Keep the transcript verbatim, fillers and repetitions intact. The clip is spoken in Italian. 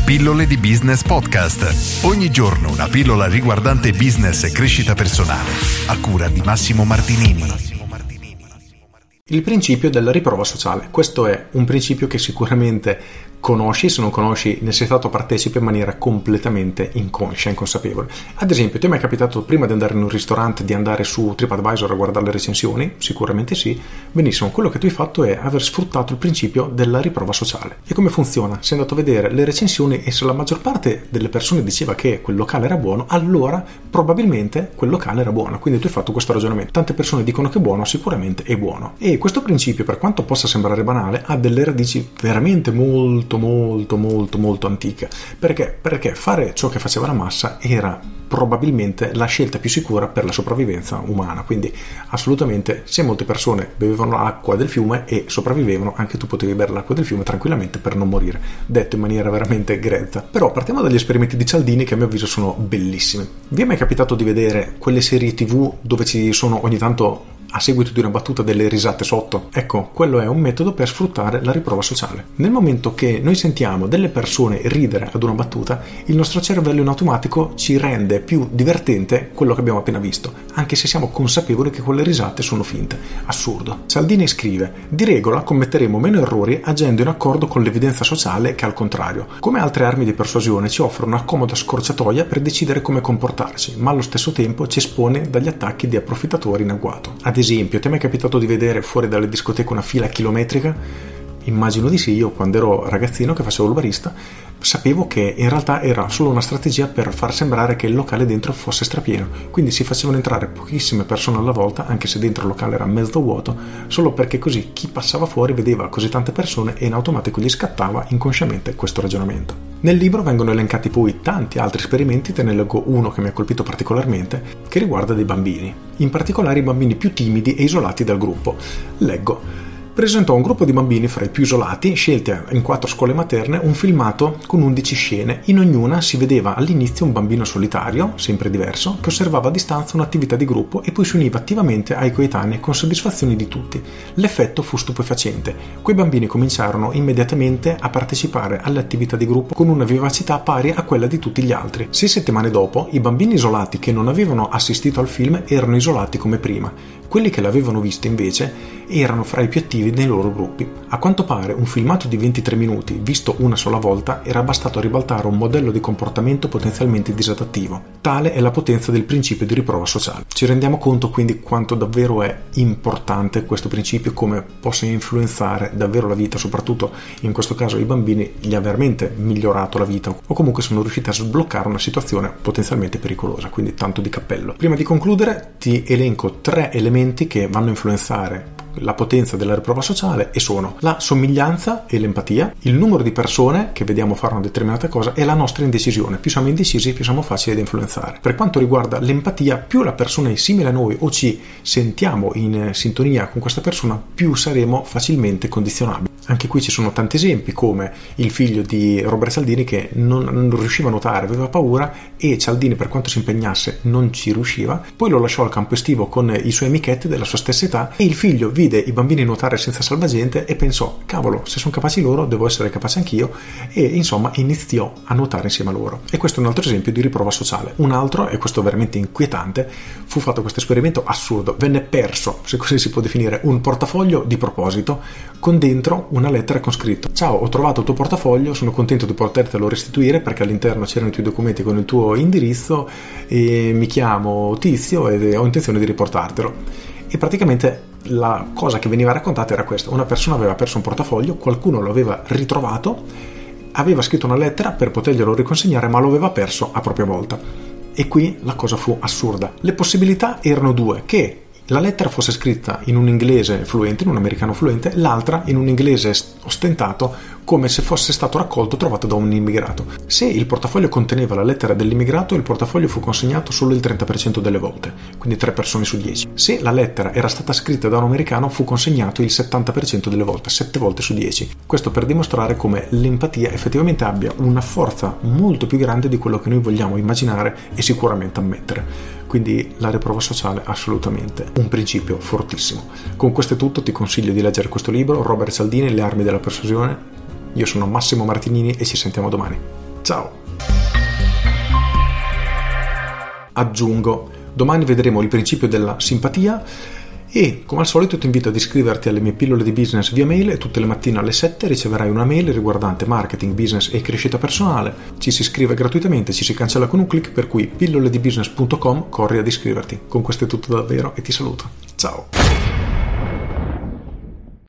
Pillole di Business Podcast. Ogni giorno una pillola riguardante business e crescita personale. A cura di Massimo Martinini. Il principio della riprova sociale. Questo è un principio che sicuramente conosci, se non conosci ne sei stato partecipe in maniera completamente inconscia, inconsapevole. Ad esempio, ti è mai capitato prima di andare in un ristorante di andare su TripAdvisor a guardare le recensioni? Sicuramente sì. Benissimo, quello che tu hai fatto è aver sfruttato il principio della riprova sociale. E come funziona? Sei andato a vedere le recensioni e se la maggior parte delle persone diceva che quel locale era buono, allora probabilmente quel locale era buono. Quindi tu hai fatto questo ragionamento. Tante persone dicono che è buono, sicuramente è buono. E questo principio, per quanto possa sembrare banale, ha delle radici veramente molto molto molto molto antiche. Perché? Perché fare ciò che faceva la massa era probabilmente la scelta più sicura per la sopravvivenza umana. Quindi assolutamente, se molte persone bevevano l'acqua del fiume e sopravvivevano, anche tu potevi bere l'acqua del fiume tranquillamente per non morire, detto in maniera veramente grezza. Però partiamo dagli esperimenti di Cialdini, che a mio avviso sono bellissimi. Vi è mai capitato di vedere quelle serie tv dove ci sono ogni tanto, a seguito di una battuta, delle risate sotto? Ecco, quello è un metodo per sfruttare la riprova sociale. Nel momento che noi sentiamo delle persone ridere ad una battuta, il nostro cervello in automatico ci rende più divertente quello che abbiamo appena visto, anche se siamo consapevoli che quelle risate sono finte. Assurdo. Cialdini scrive: di regola commetteremo meno errori agendo in accordo con l'evidenza sociale che al contrario. Come altre armi di persuasione ci offre una comoda scorciatoia per decidere come comportarci, ma allo stesso tempo ci espone dagli attacchi di approfittatori in agguato. Ad esempio, ti è mai capitato di vedere fuori dalle discoteche una fila chilometrica? Immagino di sì. Io, quando ero ragazzino che facevo il barista, sapevo che in realtà era solo una strategia per far sembrare che il locale dentro fosse strapieno, quindi si facevano entrare pochissime persone alla volta, anche se dentro il locale era mezzo vuoto, solo perché così chi passava fuori vedeva così tante persone e in automatico gli scattava inconsciamente questo ragionamento. Nel libro vengono elencati poi tanti altri esperimenti, te ne leggo uno che mi ha colpito particolarmente, che riguarda dei bambini, in particolare i bambini più timidi e isolati dal gruppo. Leggo: presentò un gruppo di bambini fra i più isolati, scelti in quattro scuole materne, un filmato con undici scene. In ognuna si vedeva all'inizio un bambino solitario, sempre diverso, che osservava a distanza un'attività di gruppo e poi si univa attivamente ai coetanei con soddisfazione di tutti. L'effetto fu stupefacente. Quei bambini cominciarono immediatamente a partecipare alle attività di gruppo con una vivacità pari a quella di tutti gli altri. Sei settimane dopo, i bambini isolati che non avevano assistito al film erano isolati come prima. Quelli che l'avevano visto invece erano fra i più attivi nei loro gruppi. A quanto pare un filmato di ventitré minuti, visto una sola volta, era bastato a ribaltare un modello di comportamento potenzialmente disadattivo. Tale è la potenza del principio di riprova sociale. Ci rendiamo conto quindi quanto davvero è importante questo principio, come possa influenzare davvero la vita, soprattutto in questo caso i bambini gli ha veramente migliorato la vita o comunque sono riusciti a sbloccare una situazione potenzialmente pericolosa, quindi tanto di cappello. Prima di concludere ti elenco tre elementi che vanno a influenzare la potenza della riprova sociale, e sono la somiglianza e l'empatia, il numero di persone che vediamo fare una determinata cosa e la nostra indecisione. Più siamo indecisi, più siamo facili da influenzare. Per quanto riguarda l'empatia, più la persona è simile a noi o ci sentiamo in sintonia con questa persona, più saremo facilmente condizionabili. Anche qui ci sono tanti esempi, come il figlio di Robert Cialdini che non, non riusciva a nuotare, aveva paura, e Cialdini, per quanto si impegnasse, non ci riusciva. Poi lo lasciò al campo estivo con i suoi amichetti della sua stessa età e il figlio vide i bambini nuotare senza salvagente e pensò: cavolo, se sono capaci loro devo essere capace anch'io, e insomma iniziò a nuotare insieme a loro. E questo è un altro esempio di riprova sociale. Un altro, e questo veramente inquietante, fu fatto questo esperimento assurdo: venne perso, se così si può definire, un portafoglio di proposito con dentro una lettera con scritto: ciao, ho trovato il tuo portafoglio, sono contento di potertelo restituire perché all'interno c'erano i tuoi documenti con il tuo indirizzo e mi chiamo Tizio ed ho intenzione di riportartelo. E praticamente la cosa che veniva raccontata era questa: una persona aveva perso un portafoglio, qualcuno lo aveva ritrovato, aveva scritto una lettera per poterglielo riconsegnare, ma lo aveva perso a propria volta. E qui la cosa fu assurda. Le possibilità erano due: che la lettera fosse scritta in un inglese fluente, in un americano fluente, l'altra in un inglese ostentato, come se fosse stato raccolto trovato da un immigrato. Se il portafoglio conteneva la lettera dell'immigrato, il portafoglio fu consegnato solo il trenta per cento delle volte, quindi tre persone su dieci. Se la lettera era stata scritta da un americano, fu consegnato il settanta per cento delle volte, sette volte su dieci. Questo per dimostrare come l'empatia effettivamente abbia una forza molto più grande di quello che noi vogliamo immaginare e sicuramente ammettere. Quindi la riprova sociale assolutamente un principio fortissimo. Con questo è tutto, ti consiglio di leggere questo libro, Robert Cialdini, Le armi della persuasione. Io sono Massimo Martinini e ci sentiamo domani. Ciao! Aggiungo, domani vedremo il principio della simpatia e come al solito ti invito ad iscriverti alle mie pillole di business via mail e tutte le mattine alle sette riceverai una mail riguardante marketing, business e crescita personale. Ci si iscrive gratuitamente, ci si cancella con un click, per cui pillole di business punto com, corri ad iscriverti. Con questo è tutto davvero e ti saluto. Ciao!